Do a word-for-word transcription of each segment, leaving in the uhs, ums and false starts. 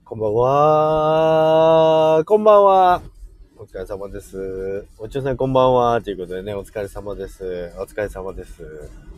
こんばんは。こんばんは。お疲れ様です。おちょさんこんばんは。ということでね、お疲れ様です。お疲れ様です。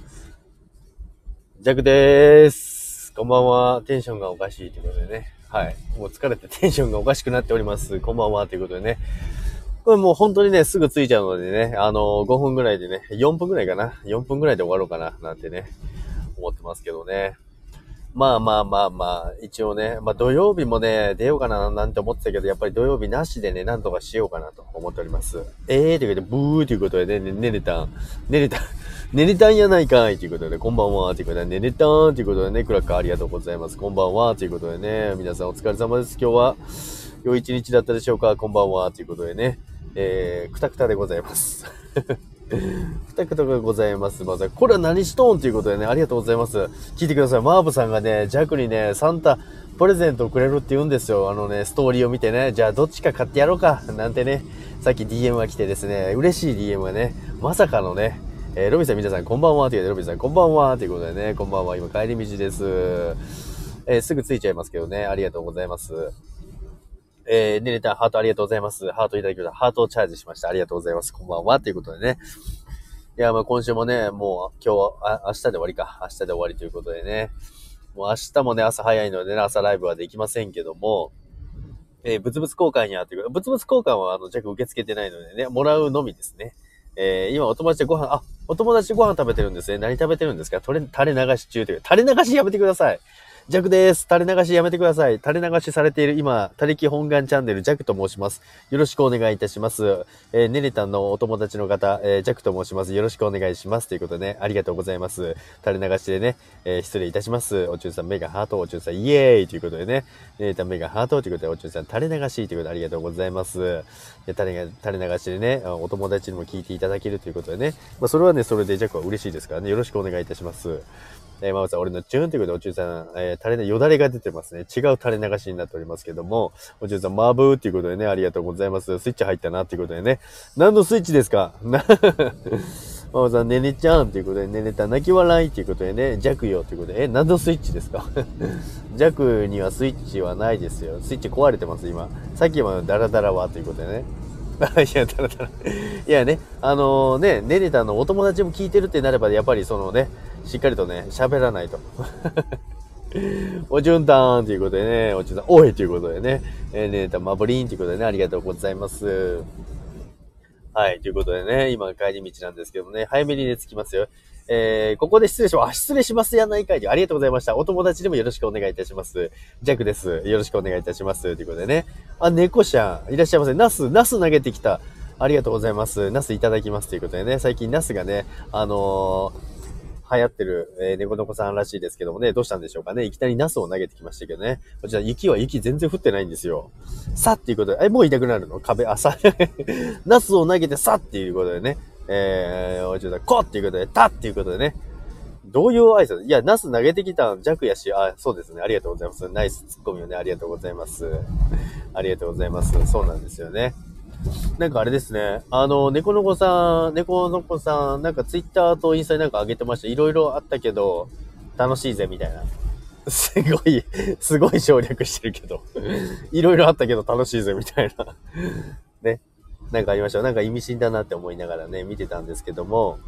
ジャクでーす。こんばんは。テンションがおかしいということでね。はい。もう疲れてテンションがおかしくなっております。こんばんは。ということでね。これもう本当にね、すぐ着いちゃうのでね、あのー、ごふんぐらいでね、よんぷんぐらいかな。よんぷんぐらいで終わろうかな。なんてね、思ってますけどね。まあまあまあまあ、一応ね、まあ土曜日もね、出ようかななんて思ってたけど、やっぱり土曜日なしでね、なんとかしようかなと思っております。えーということで、ブーということでね、ねれたん、ねれたん、ねれたんやないかいということで、こんばんはということで、ねれたんということでね、クラッカーありがとうございます。こんばんはということでね、皆さんお疲れ様です。今日は、良い一日だったでしょうか。こんばんはということでね、えー、くたくたでございます。くたくたがございます。まずは、これは何しとんということでね、ありがとうございます。聞いてください。マーブさんがね、ジャックにね、サンタ、プレゼントをくれるって言うんですよ。あのね、ストーリーを見てね、じゃあどっちか買ってやろうか、なんてね、さっき ディーエム が来てですね、嬉しい ディーエム がね、まさかのね、えー、ロビンさん皆さんこんばんはということで、ロビンさんこんばんはということでね、こんばんは、今帰り道です。えー、すぐ着いちゃいますけどね、ありがとうございます。えー、ねねたん、ハートありがとうございます。ハートいただきました。ハートをチャージしました。ありがとうございます。こんばんは。ということでね。いや、まあ今週もね、もう今日、あ、明日で終わりか。明日で終わりということでね。もう明日もね、朝早いのでね、朝ライブはできませんけども、えー、物々交換やということで、物々交換はあの、弱受け付けてないのでね、もらうのみですね。えー、今お友達でご飯、あ、お友達でご飯食べてるんですね。何食べてるんですか？垂れ、垂れ流し中という。垂れ流しやめてください。ジャクです。垂れ流しやめてください。垂れ流しされている今、他力本願チャンネル、ジャクと申します。よろしくお願いいたします。えー、ねねたんのお友達の方、えー、ジャクと申します。よろしくお願いします。ということでね、ありがとうございます。垂れ流しでね、えー、失礼いたします。おちゅんさん、メガハート、おちゅんさん、イエーイということでね、ねねたん、メガハートということで、おちゅんさん、垂れ流しということで、ありがとうございます。で垂れ、垂れ流しでね、お友達にも聞いていただけるということでね、まあ、それはね、それでジャクは嬉しいですからね、よろしくお願いいたします。えー、まずは俺のチューンということで、おちゅうさん、えー、垂れね、よだれが出てますね。違う垂れ流しになっておりますけども、おちゅうさん、マーブーということでね、ありがとうございます。スイッチ入ったなということでね。何のスイッチですか？なママさん、ねねちゃんということで、ねねた泣き笑いということでね、弱よということで、え、何のスイッチですか？弱にはスイッチはないですよ。スイッチ壊れてます、今。さっきまでダラダラはということでね。いや、ダラダラ。いやね、あのー、ね、ねねたのお友達も聞いてるってなれば、やっぱりそのね、しっかりとね、喋らないと。おじゅんたーんということでね、おじゅんさん、おいということでね、えー、ねねたまぶりんということでね、ありがとうございます。はい、ということでね、今帰り道なんですけどもね、早めにね、着きますよ。えー、ここで失礼します。あ、失礼しますやないかい。ありがとうございました。お友達でもよろしくお願いいたします。ジャックです。よろしくお願いいたします。ということでね。あ、猫ちゃん、いらっしゃいませ。ナス、ナス投げてきた。ありがとうございます。ナスいただきます。ということでね、最近ナスがね、あのー、流行ってる、えー、猫の子さんらしいですけどもね、どうしたんでしょうかね。いきなりナスを投げてきましたけどね。こちら雪は雪全然降ってないんですよ。さっていうことで、え、もういなくなるの壁、あ、さ、ナスを投げてさっていうことでね、えー、おちょっと、こっていうことで、たっていうことでね、どういう挨拶？いや、ナス投げてきたん弱やし、あ、そうですね。ありがとうございます。ナイスツッコミをね、ありがとうございます。ありがとうございます。そうなんですよね。なんかあれですね。あの、猫の子さん、猫の子さん、なんかツイッターとインスタになんか上げてました。いろいろあったけど、楽しいぜ、みたいな。すごい、すごい省略してるけど。いろいろあったけど楽しいぜ、みたいな。ね。なんかありました。なんか意味深だなって思いながらね、見てたんですけども。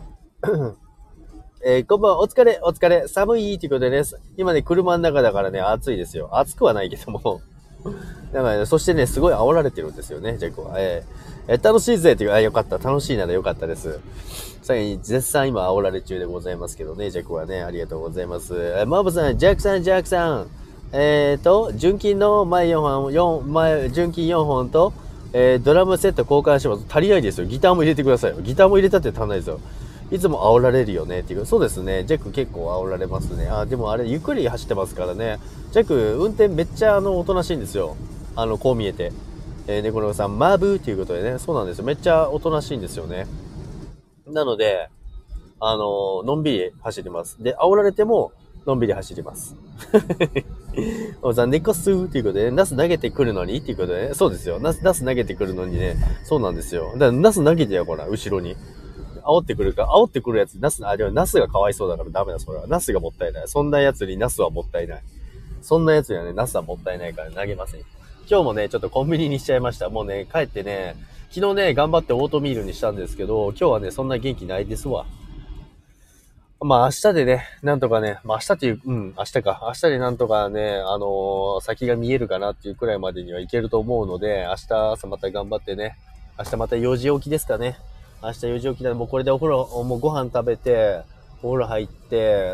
えー、こんばんは、お疲れ、お疲れ、寒いということでね、今ね、車の中だからね、暑いですよ。暑くはないけども。だからね、そしてね、すごい煽られてるんですよね、ジャックは。えー、えー、楽しいぜっていうか、あ、よかった。楽しいならよかったです。さらに、絶賛今煽られ中でございますけどね、ジャックはね、ありがとうございます。えー、マーブさん、ジャックさん、ジャックさん。えーと、純金の前よんほん、よん、前、純金よんほんと、えー、ドラムセット交換します。足りないですよ。ギターも入れてくださいよ。ギターも入れたって足んないですよ。いつも煽られるよねっていう。そうですね。ジャック結構煽られますね。あ、でもあれ、ゆっくり走ってますからね。ジャック、運転めっちゃあの、おとなしいんですよ。あの、こう見えて。えー、猫のさん、マブーっていうことでね。そうなんですよ。めっちゃおとなしいんですよね。なので、あのー、のんびり走ります。で、煽られても、のんびり走ります。おさん、猫スーっていうことで、ね、ナス投げてくるのにっていうことでね。そうですよ。ナス、ナス投げてくるのにね。そうなんですよ。だから、ナス投げてよ、ほら、後ろに。煽ってくるか、煽ってくるやつ、ナス、あ、でもナスがかわいそうだからダメだ、それは。ナスがもったいない。そんなやつにナスはもったいない。 そんなやつにはね、ナスはもったいないから投げません。今日もね、ちょっとコンビニにしちゃいました。もうね、帰ってね、昨日ね、頑張ってオートミールにしたんですけど、今日はね、そんな元気ないですわ。まあ明日でね、なんとかね、まあ明日っていう、うん、明日か。明日でなんとかね、あのー先が見えるかなっていうくらいまでにはいけると思うので、明日朝また頑張ってね、明日またよじ起きですかね。明日よじ起きなので、もうこれでお風呂、もうご飯食べて、お風呂入って、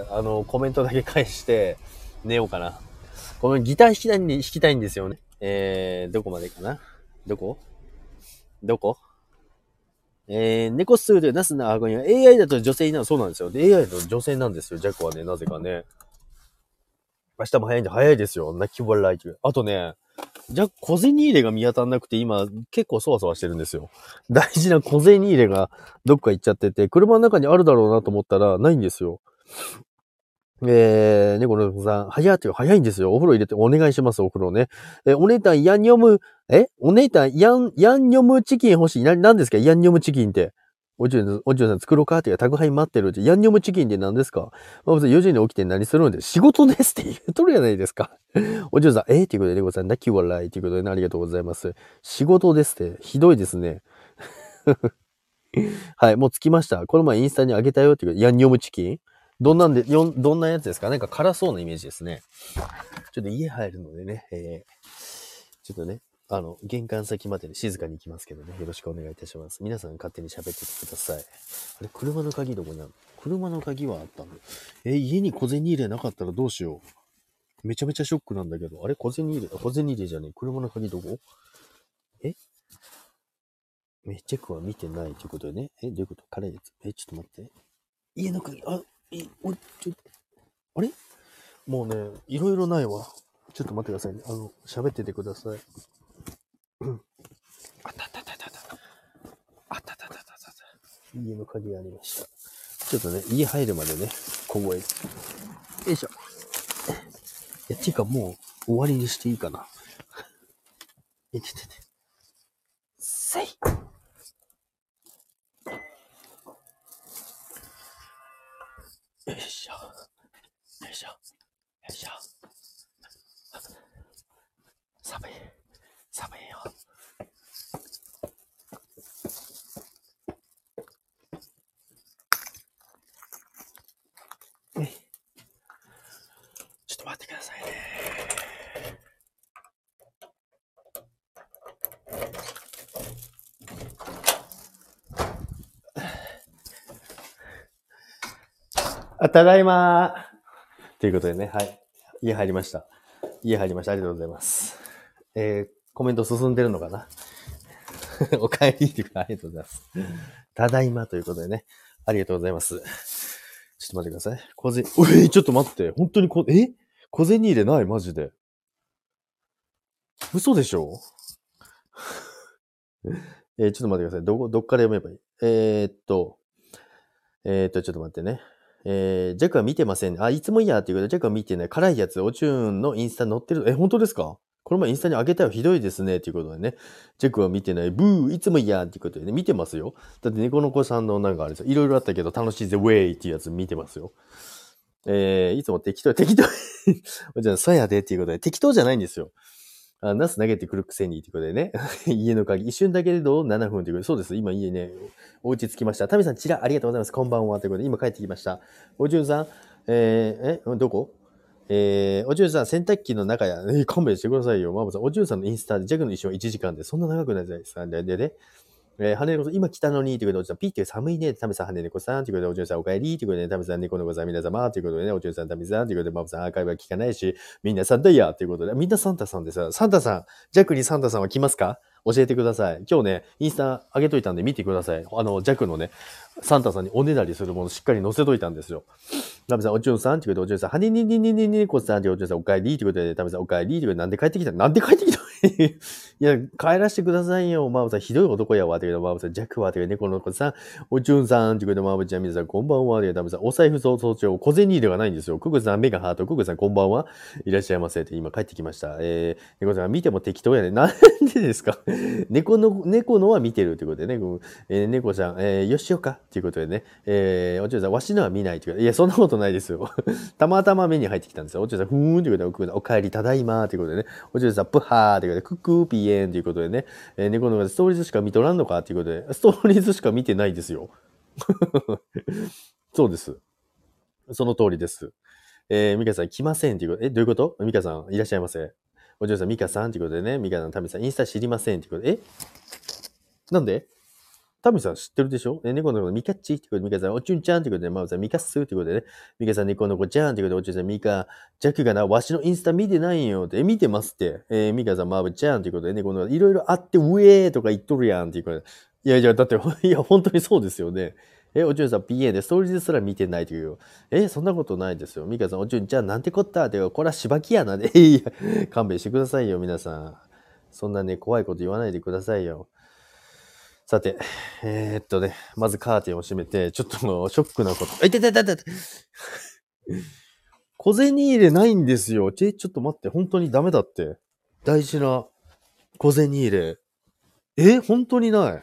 あの、コメントだけ返して、寝ようかな。このギター弾きたいんで、弾きたいんですよね。えー、どこまでかなどこどこえー、猫スーでナスの顎には エーアイ だと女性になるそうなんですよ。で、エーアイ だと女性なんですよ。ジャックはね、なぜかね。明日も早いんで早いですよ。泣き笑いという。あとね、ジャック小銭入れが見当たらなくて今結構そわそわしてるんですよ。大事な小銭入れがどっか行っちゃってて、車の中にあるだろうなと思ったらないんですよ。えー、猫の子さん、早っていう早いんですよ。お風呂入れてお願いします、お風呂ね。え、お姉たん、ヤンニョム、えお姉たん、ヤン、ヤンニョムチキン欲しい。な、なんですかヤンニョムチキンって。おじゅん、おじゅんさん作ろうかっていうか宅配待ってるって。ヤンニョムチキンって何ですかまあ、よじに起きて何するんで仕事ですって言うとるやないですか。おじゅんさん、えー、っていうことで、猫さん、泣き笑いっていうことで、ね、ありがとうございます。仕事ですって。ひどいですね。はい、もう着きました。この前インスタにあげたよっていう、ヤンニョムチキンどんなんで、よん、どんなやつですかなんか辛そうなイメージですね。ちょっと家入るのでね、えー、ちょっとね、あの、玄関先までで静かに行きますけどね、よろしくお願いいたします。皆さん勝手に喋っててください。あれ、車の鍵どこにあるの？車の鍵はあったの？えー、家に小銭入れなかったらどうしよう。めちゃめちゃショックなんだけど、あれ、小銭入れ、小銭入れじゃねえ。車の鍵どこ？えめチェックは見てないということでね。え、どういうこと？辛いやつ。え、ちょっと待って。家の鍵、あ、い、お、ちょ、あれもうね、いろいろないわ。ちょっと待ってくださいね。あの、喋っててください。うん。あったあったあったあった。あったあったあったあった。家の鍵ありました。ちょっとね、家入るまでね、凍える。よいしょ。いや、てかもう終わりにしていいかな。え、ててて。せい。よいしょ。よいしょ。よいしょ。寒い。寒いよ。えい。ちょっと待ってくださいね。あ、ただいまー。ということでね、はい。家入りました。家入りました。ありがとうございます。えー、コメント進んでるのかなお帰りっていうか、ありがとうございます。ただいまということでね、ありがとうございます。ちょっと待ってください。小銭、おい、ちょっと待って。本当にこ、え小銭入れないマジで。嘘でしょえー、ちょっと待ってください。どこ、どっから読めばいいえー、っと、えー、っと、ちょっと待ってね。えー、ジャックは見てません。あ、いつもいいやっていうことで、ジャックは見てない。辛いやつ、オチューンのインスタに載ってる。え、本当ですかこの前インスタに上げたよ。ひどいですね。っていうことでね。ジャックは見てない。ブー、いつもいいやっていうことでね。見てますよ。だって猫の子さんのなんかあれですよ。いろいろあったけど楽しいぜ、ウェイっていうやつ見てますよ。えー、いつも適当、適当。じゃあ、そうやでっていうことで、適当じゃないんですよ。あ、ナス投げてくるくせにっていうことでね。家の鍵、一瞬だけどななふんということで、そうです。今家ね、お家着きました。タミさん、ちら、ありがとうございます。こんばんは。ということで、今帰ってきました。おじゅんさん、えー、え、どこえー、おじゅんさん、洗濯機の中や、えー、勘弁してくださいよ。ママさん、おじゅんさんのインスタで、ジャグの一緒はいちじかんで、そんな長くないじゃないですか。で、でね。えー、羽猫さん、今来たのに、ということで、おじさん、ピーって寒いね、タミさん、羽猫さん、ということで、おじゅんさん、お帰り、ということで、タミさん、猫の子さん、皆様、ということでね、おじゅんさん、タミさん、ということで、ママさん、アーカイブは聞かないし、みんなサンタイヤということで、みんなサンタさんですよ。サンタさん、ジャックにサンタさんは来ますか教えてください。今日ね、インスタ上げといたんで見てください。あね弱のね、サンタさんにおねだりするものしっかり載せといたんですよ。タミさん、おじゅんさん、ということで、おじゅんさん、はににににににこさん、ということで、お帰り、ということで、タミさん、お帰り、ということで、なんで帰ってきたなんで帰ってきたいや、帰らせてくださいよ。マーブさん、ひどい男やわ。てけど、マーブさん、ジャックは。てけど、猫の子さん、おじゅんさん。てけど、マーブちゃん、皆さん、こんばんは。てけど、マーブさん、お財布早々帳、小銭入れがないんですよ。クグさん、メガハート。クグさん、こんばんは。いらっしゃいませ。って今帰ってきました。えー、猫さん、見ても適当やね。なんでですか？猫の、猫のは見てるってことでね。えー、猫さん、えー、よしよか。っていうことでね。えー、おちょさん、わしのは見ないっていうか、いや、そんなことないですよ。たまたま目に入ってきたんですよ。おちょさん、ふーんということで、お帰りただいまということでね。おちょさん、プハーということで、クックーピーエンということでね。えー、猫の方ストーリーズしか見とらんのかということで、ストーリーズしか見てないですよ。そうです。その通りです。えー、ミカさん来ませんっていうこと、え、どういうこと？ミカさんいらっしゃいませ。お嬢さん、ミカさんっていうことでね、ミカさん、タミさん、インスタ知りませんっていうことで、えなんで？タミさん知ってるでしょ？え、猫の子ミカッチってことで、ミカさん、おちゅんちゃんってことで、マウさん、ミカッスってことでね、ミカさん、猫の子ちゃんってことで、おちゅんさん、ミカ、ジャックがな、わしのインスタ見てないよって、え、見てますって。えー、ミカさん、マーブちゃんってことでね、この、いろいろあって、ウェーとか言っとるやんっていうことで。いやいや、だって、いや、本当にそうですよね。え、おちゅんさん、ピーエー でストーリーズすら見てないという。え、そんなことないですよ。ミカさん、おちゅんちゃん、なんてこったって、これはしばきやなで。いや、勘弁してくださいよ、皆さん。そんなね、怖いこと言わないでくださいよ。さて、えー、っとね、まずカーテンを閉めて、ちょっともうショックなこと。あ、いててててて小銭入れないんですよ。ちょ、ちょっと待って、本当にダメだって。大事な小銭入れ。え、本当にない。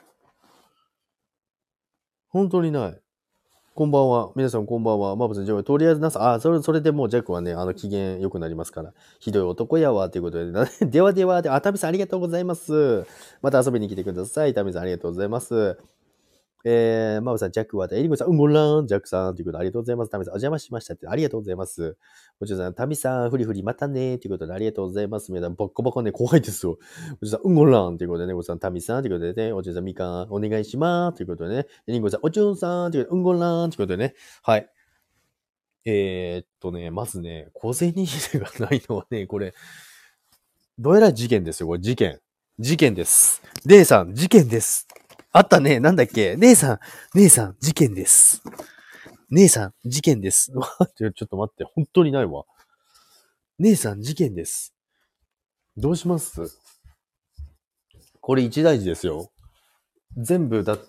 本当にない。こんばんは。皆さんこんばんは。マーブさん、じゃあとりあえずなさ、あ、それ、それでもうジャックはね、あの、機嫌良くなりますから。ひどい男やわ、ということで、なではではで、あ、タミさんありがとうございます。また遊びに来てください。タミさんありがとうございます。えー、マブさん、ジャックは、エリコさん、うんごらん、ジャックさん、ということで、ありがとうございます。タミさん、お邪魔しましたって、ありがとうございます。おちょさん、タミさん、フリフリ、またね、ということで、ありがとうございます。皆さん、ボッコボコね、怖いですよ。おちょさん、うんごらん、ということでね、おちょさん、タミさん、ということでね、おちょさん、みかん、お願いします、ということでね、エリンコさん、おちょんさん、ということで、うんごらん、ということでね、はい。えー、っとね、まずね、小銭入れがないのはね、これ、どえらい事件ですよ、これ、事件。事件です。姉さん、事件です。あったね。なんだっけ？姉さん、姉さん、事件です。姉さん、事件です。待って、ちょっと待って。本当にないわ。姉さん、事件です。どうします？これ一大事ですよ。全部だって、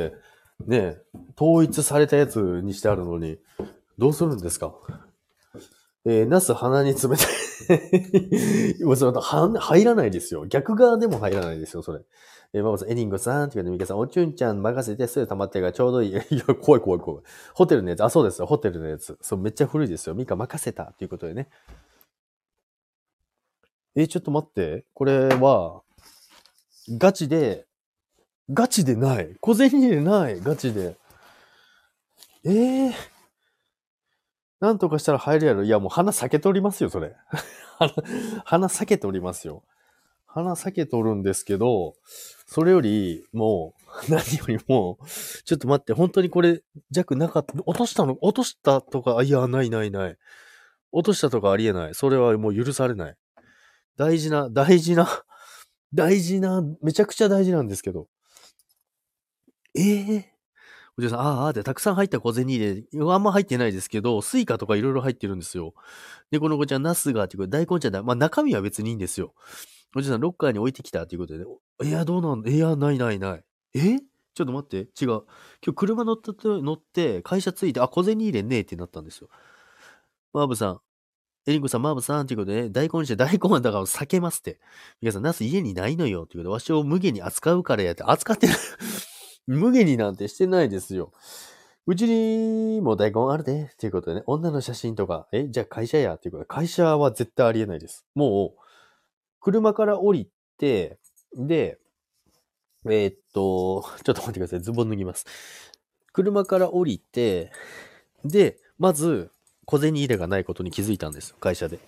ね、統一されたやつにしてあるのに、どうするんですか？えー、ナス鼻に詰めてもうそのは入らないですよ。逆側でも入らないですよ、それ。えー、ママさん、エリンゴさん、っていうか、ミカさん、おちゅんちゃん任せて、すぐ溜まってるからちょうどいい。いや、怖い怖い怖い。ホテルのやつ、あ、そうですよ、ホテルのやつ。そう、めっちゃ古いですよ。ミカ任せた、ということでね。えー、ちょっと待って。これは、ガチで、ガチでない。小銭入れない。ガチで。えー、なんとかしたら入るやろ。いや、もう鼻避けておりますよ、それ。鼻、鼻避けておりますよ。鼻避けとるんですけど、それよりもう、何よりも、ちょっと待って、本当にこれ、弱なかった、落としたの、落としたとか、いや、ないないない。落としたとかありえない。それはもう許されない。大事な、大事な、大事な、めちゃくちゃ大事なんですけど。ええー、お嬢さん、あーあーってたくさん入った小銭入れ、あんま入ってないですけど、スイカとかいろいろ入ってるんですよ。で、この子ちゃん、ナスがってこれ大根ちゃんだ。まあ中身は別にいいんですよ。おじさん、ロッカーに置いてきたということで、ね、いや、どうなんいや、ないないない。えちょっと待って。違う。今日車乗ったと、乗って、会社着いて、あ、小銭入れねえってなったんですよ。マーブさん、エリンコさん、マーブさん、ということで、ね、大根して、大根はだから避けますって。皆さん、ナス家にないのよ。ということで、わしを無限に扱うからやって、扱ってない。無限になんてしてないですよ。うちにも大根あるで。ということでね、女の写真とか、え、じゃあ会社や。ということで、会社は絶対ありえないです。もう、車から降りて、で、えーっと、ちょっと待ってください。ズボン脱ぎます。車から降りて、で、まず、小銭入れがないことに気づいたんですよ。会社で。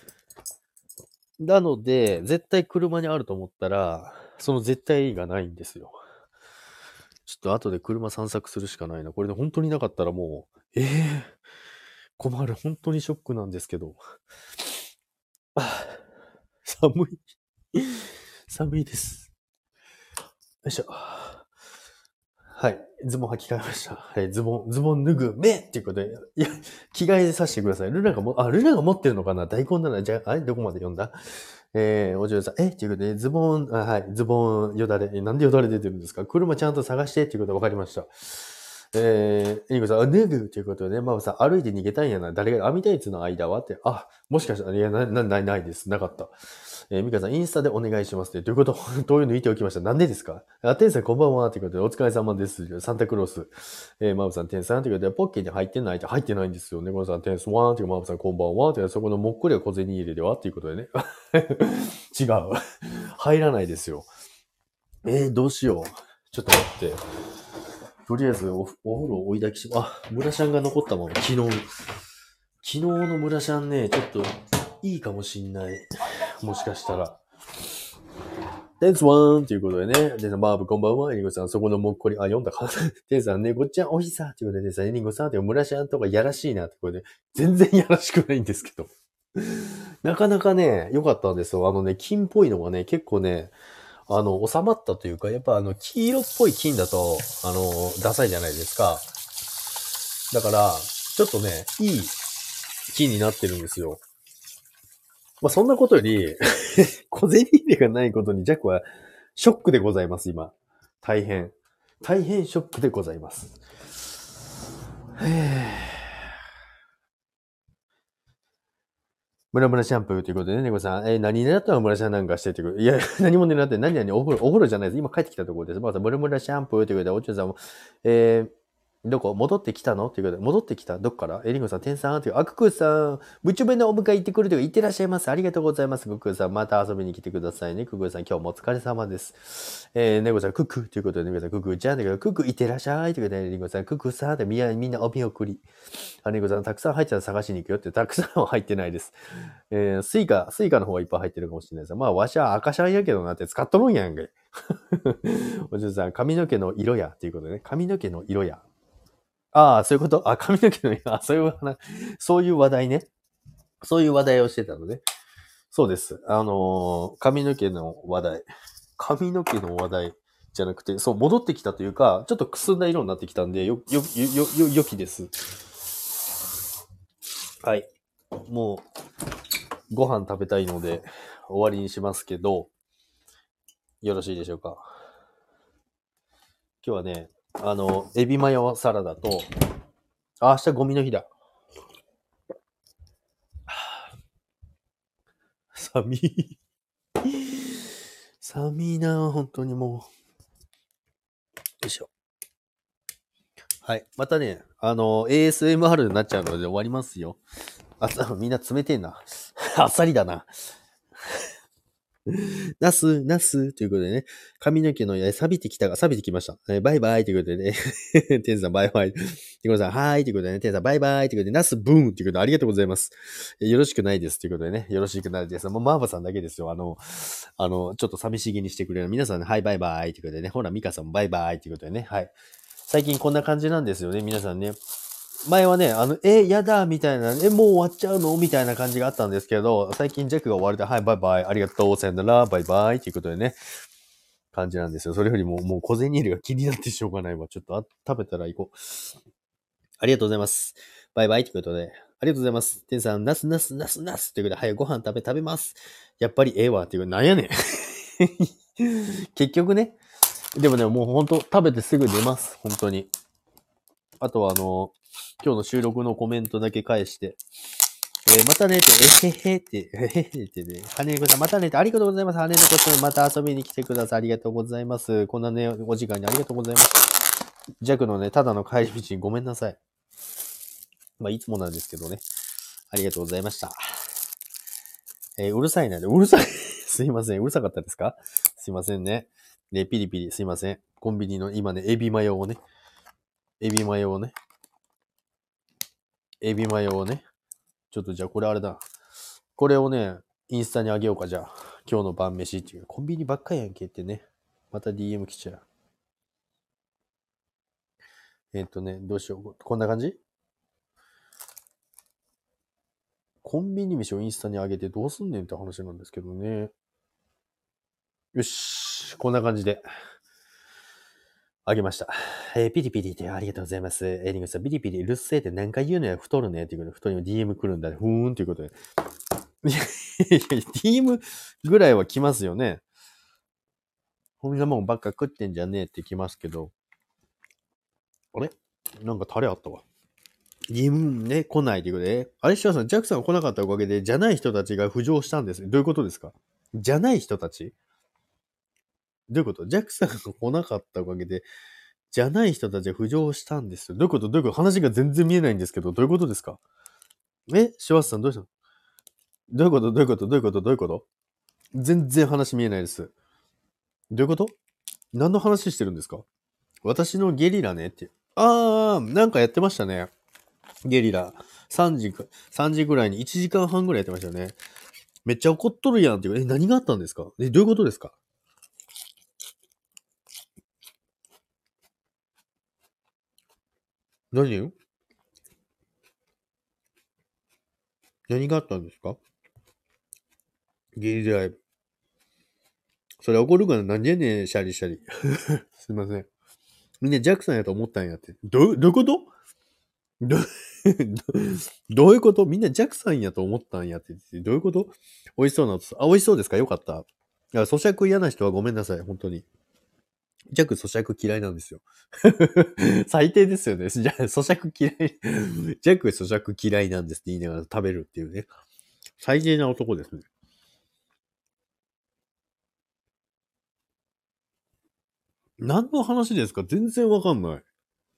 なので、絶対車にあると思ったら、その絶対がないんですよ。ちょっと後で車散策するしかないな。これで本当になかったらもう、ええー、困る。本当にショックなんですけど。あ、寒い。寒いです。よいしょ。 はい。ズボン履き替えました。はい。ズボン、ズボン脱ぐ、目っていうことで、いや、着替えさせてください。ルナがも、あ、ルナが持ってるのかな大根だな。じゃあ、あれどこまで読んだえー、お嬢さん、えっていうことで、ズボン、あはい、ズボンよだれ、えなんでよだれ出てるんですか車ちゃんと探してっていうことが分かりました。えー、エリコさん、あ脱ぐっていうことでね、ママさん、歩いて逃げたいんやな。誰が、網タイツの間はって、あ、もしかしたら、いや、な、な、ない、ないです。なかった。えー、ミカさん、インスタでお願いしますって。ということを、どういうの抜いておきました。なんでですかあ、テンさん、こんばんは。ということで、お疲れ様です。サンタクロース。えー、マブさん、テンさん。ということで、ポッケに入ってないって、入ってないんですよね。このさん、テンスワン。というマブさん、こんばんは。というそこのもっこりは小銭入れではっていうことでね。違う。入らないですよ。えー、どうしよう。ちょっと待って。とりあえずお、お風呂追い焚きし、あ、ムラシャンが残ったまま、昨日。昨日のムラシャンね、ちょっと、いいかもしんない。もしかしたら。テンスワンということでね。で、マーブこんばんは。エリンゴさん、そこのもっこり、あ、読んだか。テンさんね、ごっちゃんおひさということでね、さ、エリンゴさんというムラシャンとかやらしいなってことで、全然やらしくないんですけど。なかなかね、良かったんですよ。あのね、金っぽいのがね、結構ね、あの、収まったというか、やっぱあの、黄色っぽい金だと、あの、ダサいじゃないですか。だから、ちょっとね、いい金になってるんですよ。まあ、そんなことより、小銭入れがないことにジャックはショックでございます、今。大変。大変ショックでございます。ムラムラシャンプーということでね、猫さん。えー、何狙ったのムラシャンなんかしてってこと。いや、何も狙って、何々お風呂、お風呂じゃないです。今帰ってきたところです。まず、ムラムラシャンプーということで、おちょさんも、えー、どこ戻ってきたのということで、戻ってきたどっからエリンゴさん、天さんという、あ、ククーさん、部長弁のお迎え行ってくるというか、行ってらっしゃいます。ありがとうございます。ククーさん、また遊びに来てくださいね。ククーさん、今日もお疲れ様です。えー、ネゴさん、ククーということで、ネゴさん、ククーちゃんだけど、ククー行ってらっしゃいということで、エリンゴさん、ククーさんで、みんな、みんなお見送り。あ、ネゴさん、たくさん入ってたら探しに行くよって、たくさんは入ってないです。えー、スイカ、スイカの方がいっぱい入ってるかもしれないです。まあ、わしは赤シャンやけどなって使っとるんやんけ。おじさん、髪の毛の色やっていうことでね。髪の毛の色や。ああ、そういうことあ、髪の毛の色。あ、そういう話、そういう話題ね。そういう話題をしてたのね。そうです。あのー髪の毛の話題。髪の毛の話題じゃなくて、そう、戻ってきたというか、ちょっとくすんだ色になってきたんで、よ、よ、よ、よ、よきです。はい。もう、ご飯食べたいので、終わりにしますけど、よろしいでしょうか。今日はね、あの、エビマヨサラダと、あ、明日ゴミの日だ。寒い。寒いな本当にもう。よいしょ。はい。またね、あの、エーエスエムアール になっちゃうので終わりますよ。あ、みんな冷てえな。あっさりだな。ナス、ナスということでね、髪の毛のや錆びてきたが、錆びてきました。えーバイバイということでね、テンさんバイバイ。ティコさん、はーいということでね、テンさんバイバイということで、ナスブーンということでありがとうございます。えーよろしくないですということでね、よろしくないです。もうマーバさんだけですよ。あの、あの、ちょっと寂しげにしてくれる。皆さん、ね、はいバイバイということでね、ほら、ミカさんもバイバイということでね、はい。最近こんな感じなんですよね、皆さんね。前はね、あの、え、やだ、みたいな、え、もう終わっちゃうのみたいな感じがあったんですけど、最近ジャックが終わりで、はい、バイバイ、ありがとう、さよなら、バイバイ、ということでね、感じなんですよ。それよりも、もう小銭入れが気になってしょうがないわ。ちょっとあ食べたら行こう。ありがとうございます。バイバイ、ということで、ありがとうございます。テンさん、ナス、ナス、ナス、ナス、ということで、早くご飯食べ、食べます。やっぱりええわ、っていうか、なんやねん。結局ね、でもね、もうほんと、食べてすぐ寝ます。本当に。あとは、あの、今日の収録のコメントだけ返して、えーまたねって、えへへって、えへへってね、羽根こさん、またねって、ありがとうございます。羽根こさん、また遊びに来てください。ありがとうございます。こんなね、お時間にありがとうございます。ジャックのね、ただの帰り道にごめんなさい。まあ、いつもなんですけどね。ありがとうございました。えーうるさいなで、うるさい。すいません。うるさかったですかすいませんね。ね、ピリピリ、すいません。コンビニの今ね、エビマヨをね、エビマヨをね、エビマヨをね、ちょっとじゃあこれあれだ。これをね、インスタにあげようか、じゃあ。今日の晩飯っていう。コンビニばっかやんけってね。また ディーエム 来ちゃう。えっ、とね、どうしよう。こんな感じコンビニ飯をインスタに上げてどうすんねんって話なんですけどね。よし。こんな感じで。 あげました。えー、ピリピリってありがとうございます。えー、リンゴさん、ピリピリ、うるせえって何回言うのや、太るねっていうことで、太りも ディーエム 来るんだね。ふーんということで。いやいや、ディーエム ぐらいは来ますよね。こんなもんばっか食ってんじゃねえって来ますけど。あれなんかタレあったわ。ディーエム ね、来ないということで。あれ、シュワさん、ジャックさんが来なかったおかげで、じゃない人たちが浮上したんですね。どういうことですか？じゃない人たち？どういうこと？ジャックさんが来なかったおかげで、じゃない人たちが浮上したんですよ。どういうこと？どういうこと？話が全然見えないんですけど、どういうことですか？え、シュワさんどうしたの？どういうことどういうことどういうことどういうこと？全然話見えないです。どういうこと？何の話してるんですか？私のゲリラねって。あー、なんかやってましたね。ゲリラ。さんじか、さんじぐらいにいちじかんはんぐらいやってましたよね。めっちゃ怒っとるやんっていう。え、何があったんですか？え、どういうことですか？何何があったんですか？ゲリラライブ。それ怒るからなんでやねん、シャリシャリ。すいません。みんなジャックさんやと思ったんやって。どう、どういうことど、どどういうこと？みんなジャックさんやと思ったんやって言って。どういうこと？美味しそうな音。あ、美味しそうですか？よかった。いや、咀嚼嫌な人はごめんなさい。本当に。ジャック咀嚼嫌いなんですよ。最低ですよね。じゃあ、咀嚼嫌い。ジャック咀嚼嫌いなんですって言いながら食べるっていうね。最低な男ですね。何の話ですか？全然わかんない。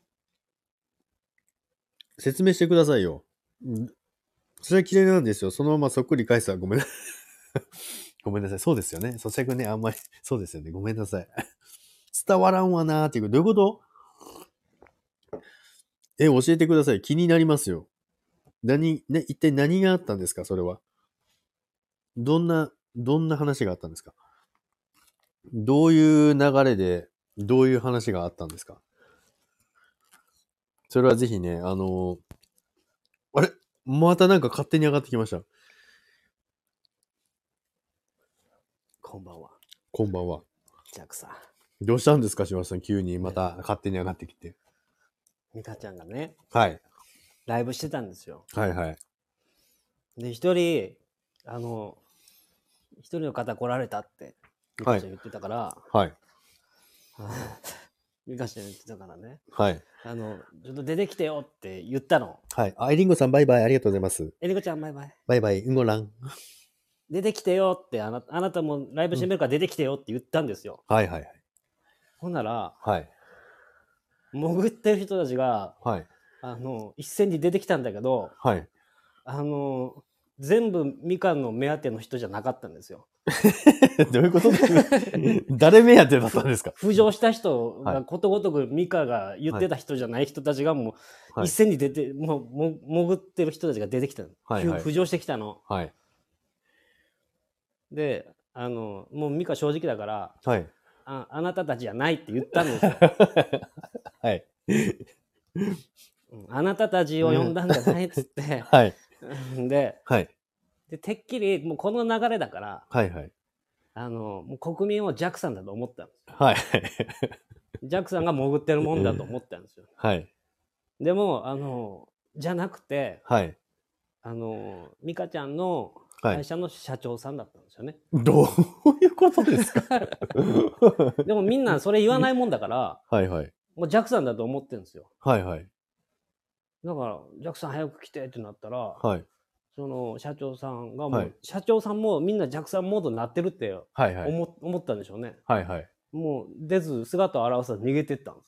説明してくださいよ。んそれは嫌いなんですよ。そのままそっくり返すわ。ごめんなさい。ごめんなさい。そうですよね。咀嚼ね、あんまり。そうですよね。ごめんなさい。伝わらんわなーっていう。どういうこと？え、教えてください。気になりますよ。何、ね、一体何があったんですか？それは。どんな、どんな話があったんですか？どういう流れで、どういう話があったんですか？それはぜひね、あのーあれまたなんか勝手に上がってきました。 こんばんは。 こんばんは。 ジャックさん。 どうしたんですか？島田さん、急にまた勝手に上がってきて。 ミカちゃんがね、 はい。 ライブしてたんですよ。 はいはい。 で、一人、あの、一人の方来られたって、ミカちゃん言ってたから、 はい。 ミカちゃん言ってたからね、 はい。 あの、ちょっと出てきてよって言ったの。 はい。あ、エリンゴさんバイバイありがとうございます。 えりこちゃん、バイバイ。 バイバイ、うんごらん。 出てきてよってあな、あなたもライブしてみるから出てきてよって言ったんですよ。 はいはいはい。 ほんなら、 はい。 潜ってる人たちが、 はい。 あの、一斉に出てきたんだけど、 はい。 あの、全部みかんの目当ての人じゃなかったんですよ。 どういうこと誰目当てだったんですか？ 浮上した人はいがことごとくミカが言ってた人じゃない人たちがもうはい一斉に出て、もうも潜ってる人たちが出てきたの、 はいはいふ浮上してきたの。 はい。 で、あの、もうミカ正直だから、 はい。 あ、あなたたちじゃないって言ったんですよ。 はい。 うんあなたたちを呼んだんじゃないっつって。 はい。 で、 はい。 で、てっきりもうこの流れだから、 はいはい。 あの、もう国民をジャックさんだと思ったんですよ。 はい。 ジャックさんが潜ってるもんだと思ったんですよ。 はい。 でも、あの、じゃなくて、 はい。 あの、ミカちゃんの会社の社長さんだったんですよね。 どういうことですか？ でもみんなそれ言わないもんだから、 はいはい。 もうジャックさんだと思ってるんですよ。 はいはい。 だから、ジャックさん早く来てってなったら、 はい。 その社長さんがもう、 はい社長さんもみんなジャックさんモードになってるって思,、 はいはい。 思ったんでしょうね。 はいはい。 もう出ず、姿を現さず逃げてったんです。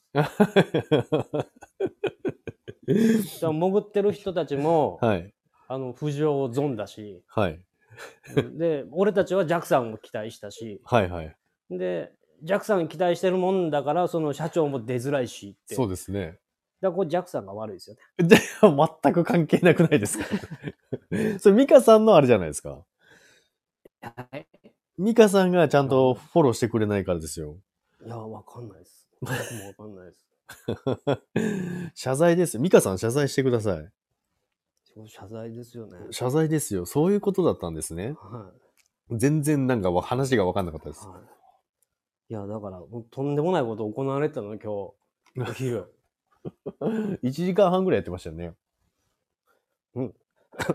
だから潜ってる人たちも、 はい。 あの、浮上を損だし、 はい。 で、俺たちはジャックさんを期待したし、 はいはい。 で、ジャックさんに期待してるもんだから、その社長も出づらいしって。 そうですね。 だからこれジャックさんが悪いですよね。 で、全く関係なくないですか？それ、ミカさんのあれじゃないですか。 はい。 ミカさんがちゃんとフォローしてくれないからですよ。 いや、わかんないです。僕もわかんないです。 謝罪ですよ。ミカさん謝罪してください。 謝罪ですよね。 謝罪ですよ。そういうことだったんですね。 は全然なんか話が分かんなかったです。 い。はい。 いや、だから、とんでもないこと行われてたの、今日。お昼。 いちじかんはんぐらいやってましたよね。 うん。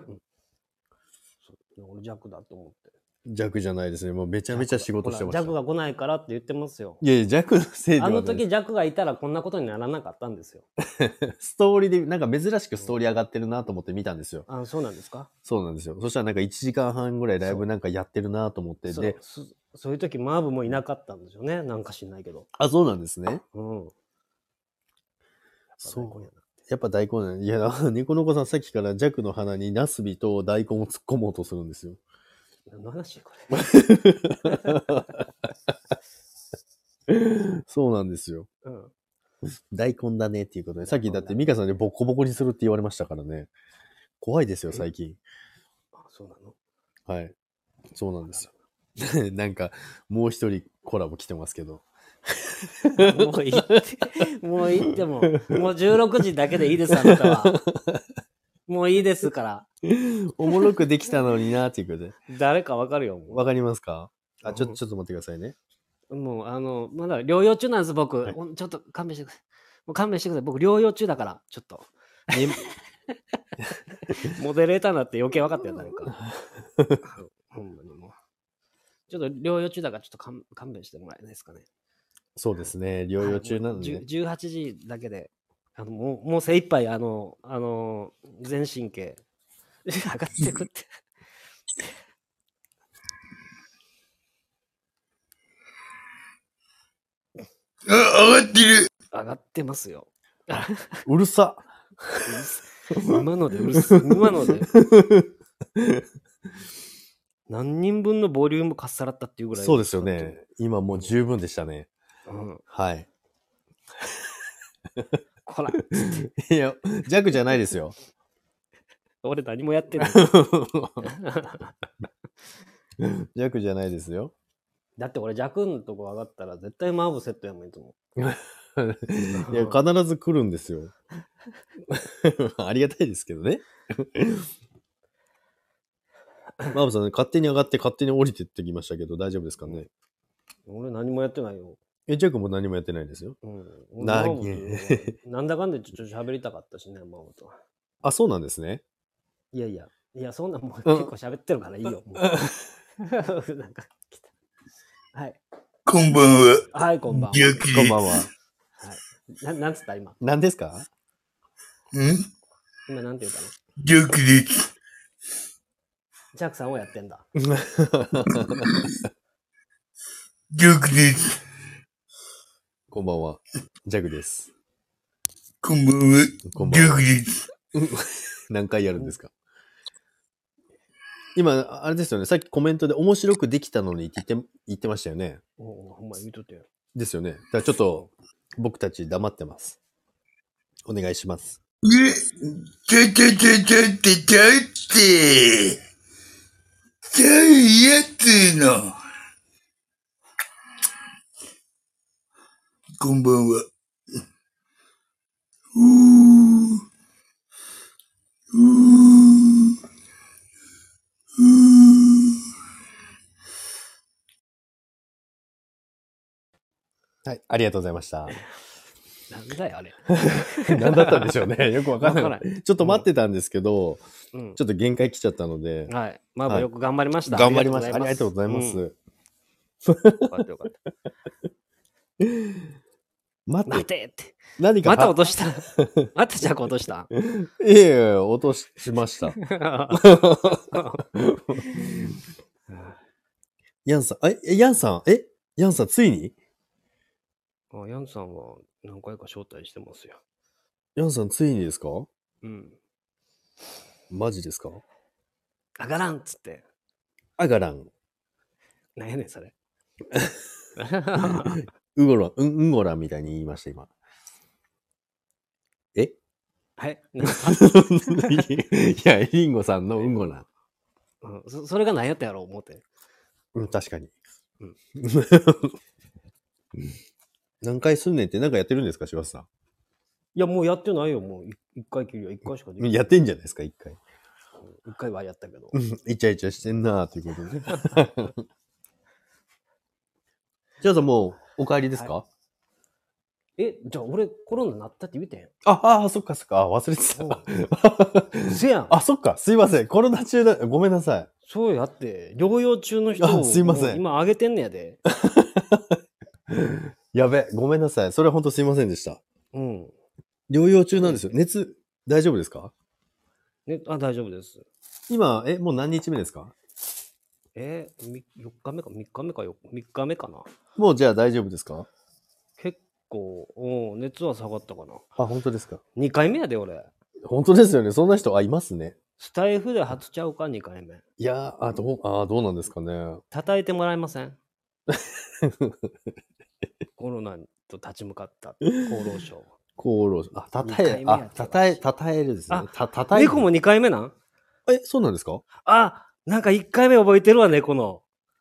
俺弱だと思って。 弱じゃないですね。もうめちゃめちゃ仕事してました。 弱が来ないからって言ってますよ。 いやいや、弱のせいではない。 あの時弱がいたらこんなことにならなかったんですよ。 ストーリーで、なんか珍しくストーリー上がってるなと思って見たんですよ。 あ、そうなんですか？ そうなんですよ。そしたらなんかいちじかんはんぐらいライブなんかやってるなと思って。でそ、そういう時マーブもいなかったんですよね。なんか知んないけど。 あ、そうなんですね。 うん。 そう。やっぱ大根なんいや、猫の子さんさっきから弱の鼻にナスビと大根を突っ込もうとするんですよ。 何の話これ。そうなんですよ。 うん。 大根だねっていうことで、さっきだってミカさんでボッコボコにするって言われましたからね。怖いですよ、最近。 あ、そうなの？ はい。そうなんですよ。なんか、もう一人コラボ来てますけど。 もういいって、もういいっても、もうじゅうろくじだけでいいです、あなたは。もういいですから。 おもろくできたのになっていうことで。 誰かわかるよ。 わかりますか？あ、ちょっと、ちょっと待ってくださいね。 もう、あの、まだ療養中なんです、僕。はい、ちょっと勘弁してください。もう勘弁してください。僕、療養中だから、ちょっと。モデレーターになって余計分かったよ、誰か。ほんまにもう。ちょっと療養中だから、ちょっと勘弁してもらえないですかね。 そうですね、療養中なので、 ね。じゅうはちじだけで、あのもう、もう精一杯、あの、あの、全神経、上がってくって。 あ、上がってる。 上がってますよ。 うるさ。 今のでうるさ。今ので。何人分のボリュームかっさらったっていうぐらい。 そうですよね。今もう十分でしたね。 うん、 はい。 こら。 いや、弱じゃないですよ。 俺何もやってない。 弱じゃないですよ。 だって俺弱のとこ上がったら絶対マーブセットやもんいつも。 いや、必ず来るんですよ。ありがたいですけどね。マーブさん、ね、勝手に上がって勝手に降りてってきましたけど大丈夫ですかね？ 俺何もやってないよ。 え、ジャックも何もやってないですよ。 うん。ななんだかんだちょっと喋りたかったしね、マーブと。 あ、そうなんですね。 いやいや、いや、そんなもう結構喋ってるからいいよ。もうなんか来た。はい。 こんばんは。 はい、こんばんは。 こんばんは。 はい。な、なんつった今。 何ですか？ ん今なんて言ったの？ ジャックです。 ジャックさんをやってんだ。 ジャックです。 こんばんは。ジャグです。 こんばんは。 こんばんは。 ジャグです。 何回やるんですか？今、あれですよね。さっきコメントで面白くできたのにって言って、言ってましたよね。 おお、ほんま言うとってよ。 ですよね。だからちょっと、僕たち黙ってます。お願いします。 え、ちょちょちょちょってちょって。ちょいやつの。こんばんは。うー。うー。うー。 はい、ありがとうございました。 なんだよ、あれ。 何だったんでしょうね。よくわからない。ないちょっと待ってたんですけど、うん、ちょっと限界来ちゃったので。 はい。まあ、よく頑張りました。 頑張りました。ありがとうございます。うん、 よかったよかった。 待って。 待てって。 何かまた落とした。またジャック落とした。 いやいや、落としました。ヤンさん、え、ヤンさん、えヤンさん、ついにあ、ヤンさんは何回か招待してますよ。 ヤンさん、ついにですか？ うん。 マジですか？ 上がらんっつって。 上がらん。 なんやねん、それ。 うごらん、うん、うんごらんみたいに言いました、今。えはいいや、リンゴさんのうんごらん。 うん、そ, それが何やったやろう思って。 うん、確かに。 うん、 何回すんねんって何かやってるんですか、柴田さん。 いや、もうやってないよ。もう一回きりは一回しかできない。 やってんじゃないですか、一回。 一回はやったけど。 イチャイチャしてんなーっていうことで。じゃあさ、もう、 お帰りですか、 はえ、じゃあ俺コロナなったって言うてん。 あ、あ、そっかそっか。あ忘れてた。 せやん。 あ、そっか。すいません。コロナ中だ。ごめんなさい。 そうやって、療養中の人あをすいませんもう今あげてんねやで。 やべ。ごめんなさい。それは本当すいませんでした。 うん。 療養中なんですよ。熱、大丈夫ですかね、あ、大丈夫です。 今、え、もう何日目ですかえー、みよっかめか、みっかめかよ、みっかめかな。 もうじゃあ大丈夫ですか結構、うん、熱は下がったかな。 あ、本当ですかにかいめやで、俺。 本当ですよね。そんな人、あ、いますね。 スタイフで初ちゃうか、にかいめ。 いやー、あ、どう、あ、どうなんですかね。 叩いてもらえませんコロナと立ち向かった厚労省。 厚労省。あ、たたえ、 二回目やあ、たたえ、たたえるですねあ。 た、たたえる。 猫もにかいめなんえ、そうなんですかあ、なんかいっかいめ覚えてるわ、猫の。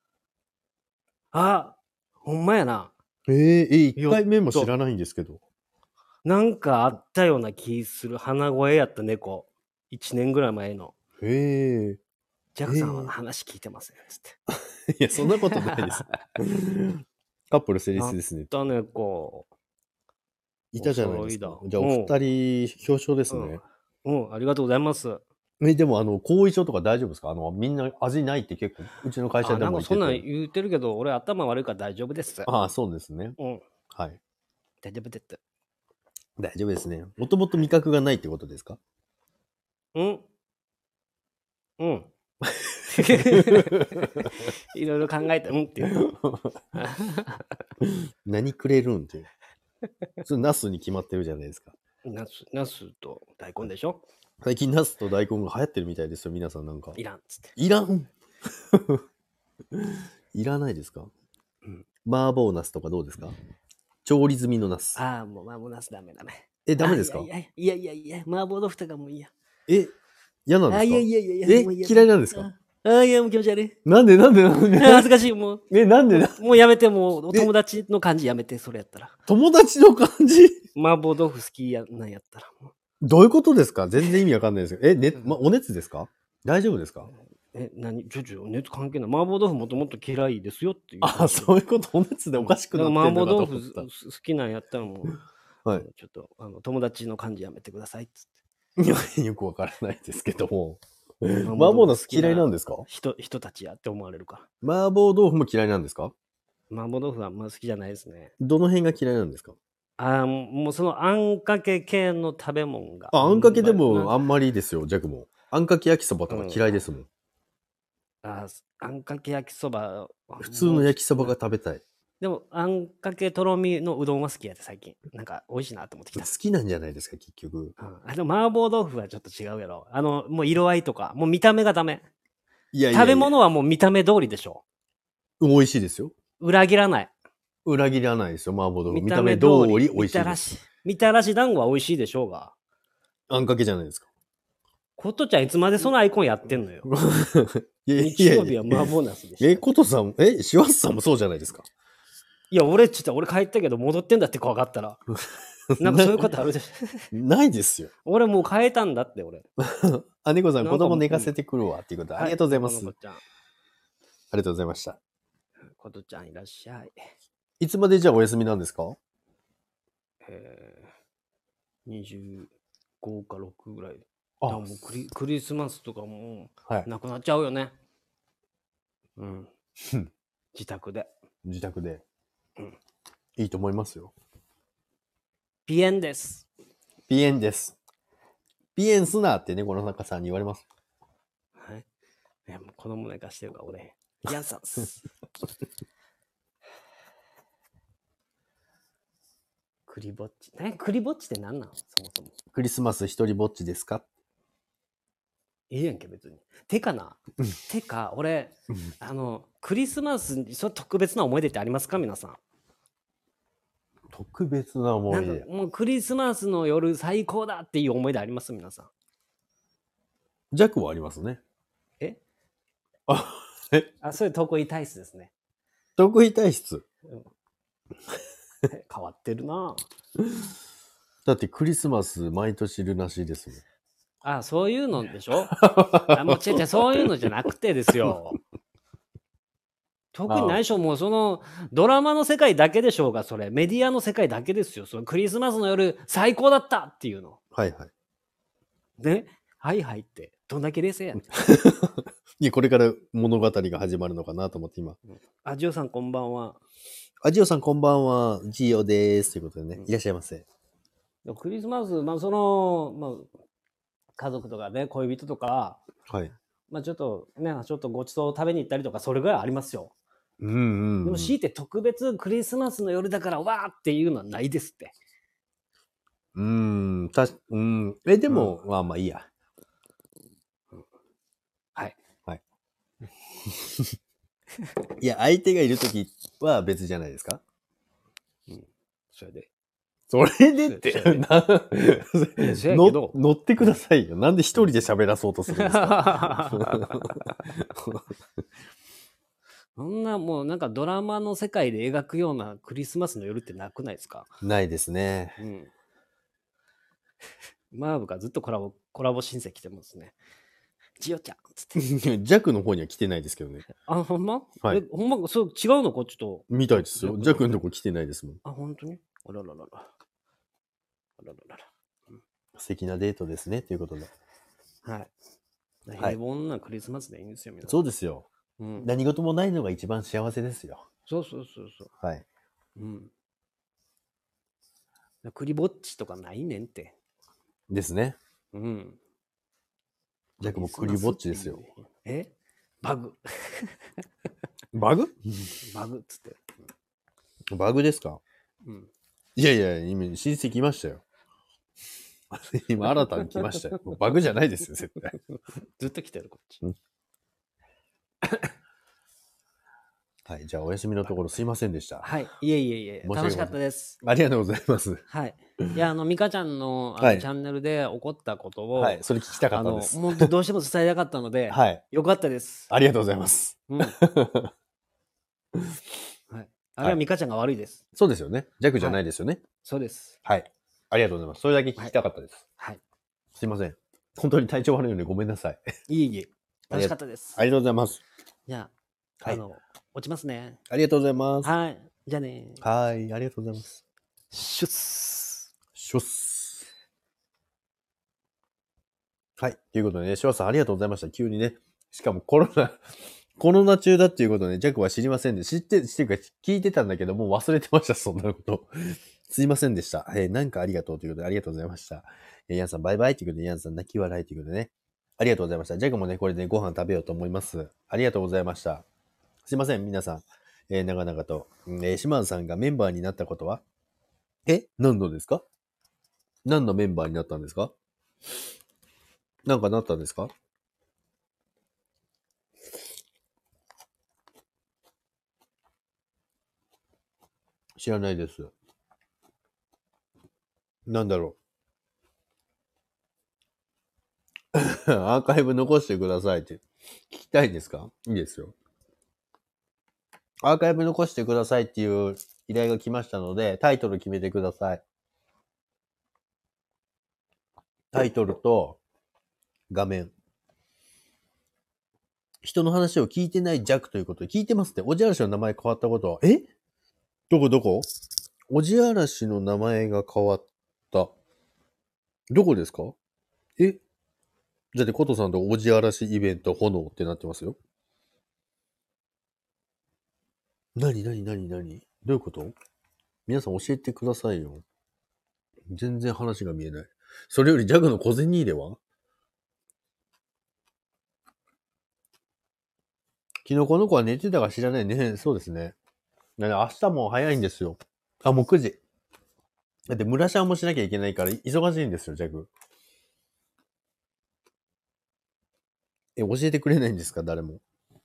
あ、ほんまやな。 えー、え、一回目も知らないんですけど。 なんかあったような気する鼻声やった猫。いちねんぐらい前の。 へえ。 ジャックさんはえー話聞いてません。つって。 いや、そんなことないです。カップル成立ですね。 だ猫。 いたじゃないですかお揃。いだじゃあ、お二人、表彰ですね。 うん、ありがとうございます。 え、でも、あの、後遺症とか大丈夫ですかあの、みんな味ないって結構、うちの会社あ、なんかでも言ってて。 そんなん言うてるけど、俺頭悪いから大丈夫です。 ああ、そうですね。 うん、 はい。 大丈夫です。 大丈夫ですね。もともと味覚がないってことですかうん。うん。いろいろ考えて、うんって言うと。 何くれるんっていう。それナスに決まってるじゃないですか。 ナス、ナスと大根でしょ最近ナスと大根が流行ってるみたいですよ、皆さんなんか。 いらんっつって。 いらんいらないですか、 うん、 麻婆ナスとかどうですか調理済みのナス。 ああ、もう、まあ、もうナスダメダメ。 え、ダメですかいやいやいやいやいや、麻婆豆腐とかもいいや。 え、嫌なんですかあいやいやいやいや。 えもう嫌嫌いなんですかああ、いや、もう気持ち悪い。 なんでなんでなんであ恥ずかしい、もう。 え、なんでなもうやめて、もう、お友達の感じやめて、それやったら。 友達の感じ麻婆豆腐好きやなんやったら。もうどういうことですか全然意味わかんないですけど。え、ね、ま、お熱ですか大丈夫ですかえ、何ちょちょ、熱関係ない。麻婆豆腐もともと嫌いですよっていう。 あ、そういうことお熱でおかしくなってんのかと麻婆思った。 豆腐好きなんやったらもう、 はいあのちょっとあの友達の感じやめてくださいっつって。 いやよくわからないですけども。麻麻婆婆ナス嫌いなんですか人人たちやって思われるか麻婆豆腐も嫌いなんですか。 ら。麻婆豆腐はあんま好きじゃないですね。 どの辺が嫌いなんですか。 あーもうもうそのあんかけ系の食べ物が。 あ、あんかけでもまあんまりですよ、ジャックも。あんかけ焼きそばとか嫌いですもん。 ああんかけ焼きそば。 普通の焼きそばが食べたい。 でも、あんかけとろみのうどんは好きやで、最近。なんか、美味しいなと思ってきた。 好きなんじゃないですか、結局。 うん、あでも、麻婆豆腐はちょっと違うやろ。あの、もう色合いとか、もう見た目がダメ。 いやいやいや食べ物はもう見た目通りでしょ。 美味しいですよ。 裏切らない。 裏切らないですよ、麻婆豆腐。見見た目た目通通りり美味しいみたらしです。。 みたらし団子は美味しいでしょうが。 あんかけじゃないですか。 コトちゃんいつまでそのアイコンやってんのよ。 いやい日曜日やいやは麻婆ナスでした。 え、ことさん、え、シワッさんもそうじゃないですか。 いや、俺、ちょっと俺帰ったけど戻ってんだって分かったら。なんかそういうことあるでしょ。 ないですよ。 俺もう変えたんだって、俺。 あ、猫さん、 なんか子供寝かせてくるわっていうことでありがとうございます。 コトちゃん。 ありがとうございました。 コトちゃんいらっしゃい。 いつまでじゃあお休みなんですか。 えー、にじゅうごかろくぐらい。 あだからもうクリクリスマスとかもはい。 なくなっちゃうよね。うん。自宅で。 自宅で。 うんいいと思いますよ。 ピエンです。 ピエンです。ピエンすなってね、この中さんに言われます。 はい。いや、もう子供寝かしてるから俺。ヤンさんっす。クリぼっち。え、クリぼっちって何なのそもそも。 クリスマス一人ぼっちですか。 いいやんけ、別に。てかなうん。 てか、俺、 うんあの、クリスマスにそれ特別な思い出ってありますか皆さん。 特別な思ないん出か。もうクリスマスの夜最高だっていう思い出あります皆さん。 ジャックはありますね。 えあ、え、 あ、それ得意体質ですね。 得意体質。 え変わってるなだってクリスマス毎年ルナシーですもん。 あ、そういうのでしょあ、もう違う違う、そういうのじゃなくてですよ。 特にないでしょ。もうそのドラマの世界だけでしょうが、それ。メディアの世界だけですよ。そのクリスマスの夜最高だったっていうの。 はいはい。 ね。はいはいって。どんだけ冷静やねん。 いや、これから物語が始まるのかなと思って今。 あ、ジオさんこんばんは。 あ、ジオさんこんばんは。ジオでーす。ということでね、いらっしゃいませ。 クリスマス、まあその、まあ、家族とかね、恋人とか、 はい。 まあちょっとね、ちょっとごちそう食べに行ったりとか、それぐらいありますよ。 うんうん、うん。 でも強いて特別クリスマスの夜だからわーっていうのはないですって。 うーん、たし、うん。え、でも、まあまあいいや。 はい。 はい。いや、相手がいるときは別じゃないですか？ うん。それで。 それでって、 それでなせやけど乗乗ってくださいよ。なんで一人で喋らそうとするんですか？ そんなもうなんかドラマの世界で描くようなクリスマスの夜ってなくないですか？ ないですね。 うん。マーブがずっとコラボ、コラボ申請来てますね。ジオちゃんつって。 弱の方には来てないですけどね。 あ、ほんま？ はいえ、ほんま、そう、違うのこっちと。 みたいですよ。弱のとこ来てないですもん。 あ、本当に？あらららら。あらららら。 素敵なデートですね。ということで。 はい。 はい平凡なクリスマスでいいんですよ、皆さん。 そうですよ。 うん。 何事もないのが一番幸せですよ。 そうそうそうそう。 はい。 うん。クリぼっちとかないねんって。 ですね。 うん。 弱もクリぼっちですよ。 えバグ。 バグバグっつって。 バグですか？ うん。 いやいや、今、親戚来ましたよ。今、新たに来ましたよ。もうバグじゃないですよ、絶対。 ずっと来てる、こっち。 はい、じゃあ、お休みのところすいませんでした。 はい。いえいえいえ。 申し訳ございません楽しかったです。 ありがとうございます。 はい。いや、あの、ミカちゃんのあの、 はいチャンネルで起こったことを、 はい、それ聞きたかあの、 ったです。 もうどうしても伝えたかったので、 はい。 よかったです。 ありがとうございます。 うん。はい。あれはミカちゃんが悪いです。 そうですよね。弱じゃないですよね。 そうです。 はい。ありがとうございます。それだけ聞きたかったです。 はい。 すいません。本当に体調悪いのでごめんなさい。 いえいえ。楽しかったです。 ありがとうございます。 じゃあ、 はいあの、落ちますね。 ありがとうございます。 はい。じゃあね。 はい、ありがとうございます。 シュッス。 しょっす。はい。ということでね、シュワさんありがとうございました。急にね。しかもコロナ、コロナ中だっていうことね、ジャックは知りませんで、知って、知ってるか聞いてたんだけど、もう忘れてました、そんなこと。すいませんでした。えー、なんかありがとうということで、ありがとうございました。えー、ヤンさんバイバイということで、ヤンさん泣き笑いということでね。ありがとうございました。ジャックもね、これでご飯食べようと思います。ありがとうございました。すいません、皆さん。えー、長々と。えー、島津さんがメンバーになったことはえ何のですか？何のメンバーになったんですか？なんかなったんですか？知らないです。なんだろう。アーカイブ残してくださいって聞きたいですか？いいですよ。アーカイブ残してくださいっていう依頼が来ましたので、タイトル決めてください。タイトルと画面。人の話を聞いてない弱ということで、聞いてますって。おじあらしの名前変わったことは、えどこどこ？おじあらしの名前が変わった。どこですか？えだって、コトさんとおじあらしイベント炎ってなってますよ。なになになになにどういうこと？皆さん教えてくださいよ。全然話が見えない。それよりジャグの小銭入れは？昨日この子は寝てたか知らないね。そうですね。明日も早いんですよ。あ、もうくじ。だって村シャンもしなきゃいけないから忙しいんですよ、ジャグ。え、教えてくれないんですか、誰も。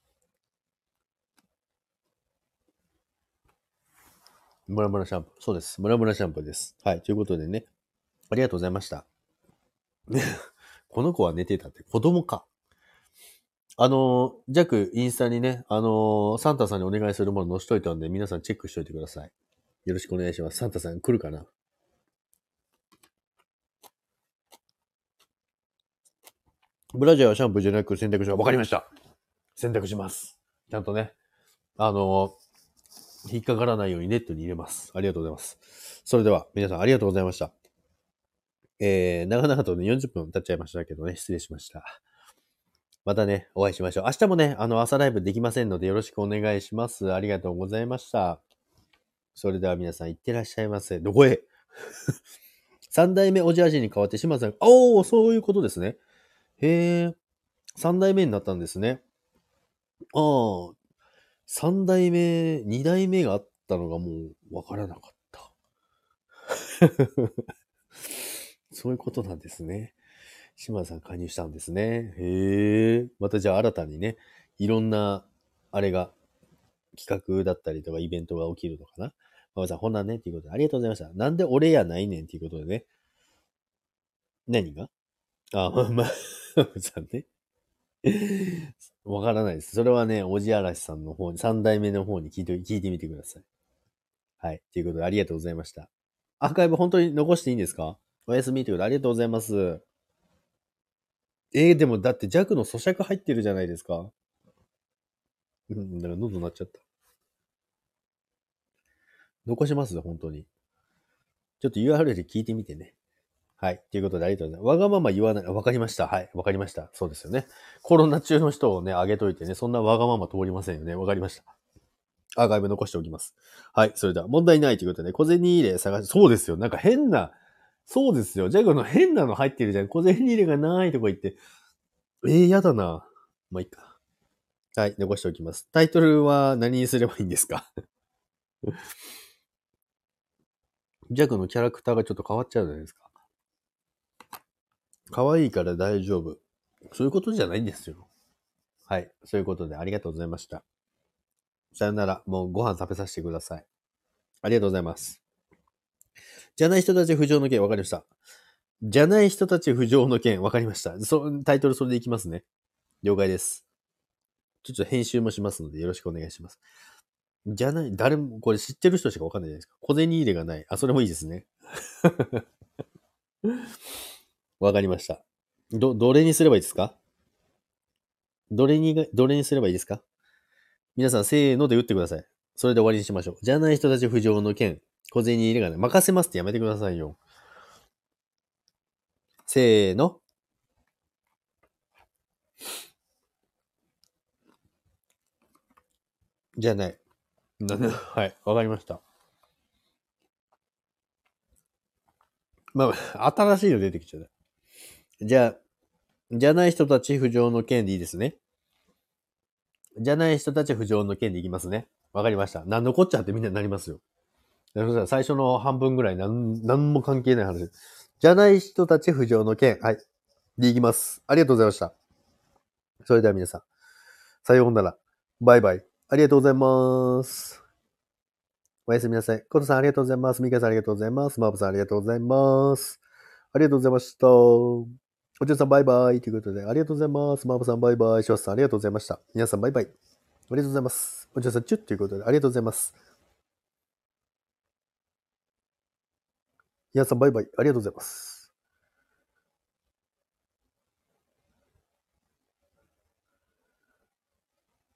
ムラムラシャンプー。そうです。ムラムラシャンプーです。はい。ということでね。ありがとうございました。この子は寝てたって子供か。あのー、ジャックインスタにね、あのー、サンタさんにお願いするもの載しといたんで、皆さんチェックしといてください。よろしくお願いします。サンタさん来るかな？ブラジャーはシャンプーじゃなく洗濯しよう。わかりました。洗濯します。ちゃんとね。 あの、引っかからないようにネットに入れます。ありがとうございます。それでは、皆さんありがとうございました。えー、長々とね、よんじゅっぷん経っちゃいましたけどね、失礼しました。またね、お会いしましょう。明日もね、あの、朝ライブできませんので、よろしくお願いします。ありがとうございました。それでは皆さん、いってらっしゃいませ。どこへ三代目おじあじに代わって島さん、おー、そういうことですね。へー、三代目になったんですね。あー、三代目、二代目があったのがもうわからなかった。そういうことなんですね。島田さん加入したんですね。へえ。またじゃあ新たにね、いろんな、あれが、企画だったりとかイベントが起きるのかな。ママさん、ほんなんねっていうことでありがとうございました。なんで俺やないねんっていうことでね。何があ、まあ、ママさんね。わからないです。それはね、おじあらしさんの方に、三代目の方に聞いて、聞いてみてください。はい。ということでありがとうございました。アーカイブ本当に残していいんですか？おやすみということでありがとうございます。えー、でもだって弱の咀嚼入ってるじゃないですか。うん、だから喉鳴っちゃった。残しますよ、本当に。ちょっと ユーアールエル で聞いてみてね。はい。ということでありがとうございます。わがまま言わない。わかりました。はい。わかりました。そうですよね。コロナ中の人をね、あげといてね、そんなわがまま通りませんよね。わかりました。アーカイブ残しておきます。はい。それでは問題ないということで、小銭入れ探し、そうですよ。なんか変な、そうですよ。ジャグの変なの入ってるじゃん。小銭入れがないとか言って。えー、やだな。まあ、いいか。はい。残しておきます。タイトルは何にすればいいんですか？ジャグのキャラクターがちょっと変わっちゃうじゃないですか。可愛いから大丈夫。そういうことじゃないんですよ。はい。そういうことでありがとうございました。さよなら。もうご飯食べさせてください。ありがとうございます。じゃない人たち浮上の件、わかりました。じゃない人たち浮上の件、わかりました。そ、タイトルそれでいきますね。了解です。ちょっと編集もしますのでよろしくお願いします。じゃない、誰も、これ知ってる人しかわかんないじゃないですか。小銭入れがない。あ、それもいいですね。わかりました。ど、どれにすればいいですか？どれにが、どれにすればいいですか？皆さん、せーので打ってください。それで終わりにしましょう。じゃない人たち浮上の件、小銭入れがない。任せますってやめてくださいよ。せーの。じゃない。なはい、わかりました。まあ、新しいの出てきちゃった。じゃあ、じゃない人たち浮上の件でいいですね。じゃない人たち浮上の件でいきますね。わかりました。何のこっちゃってみんなになりますよ。最初の半分ぐらいなん、なんも関係ない話。じゃない人たち浮上の件。はい。でいきます。ありがとうございました。それでは皆さん、さようなら。バイバイ。ありがとうございます。おやすみなさい。コトさんありがとうございます。ミカさんありがとうございます。マーブさんありがとうございます。ありがとうございました。お嬢さんバイバイということで、ありがとうございます。マーブさんバイバイ。ショースさんありがとうございました。皆さんバイバイ。ありがとうございます。お嬢さんチュッということで、ありがとうございます。皆さんバイバイ。ありがとうございます。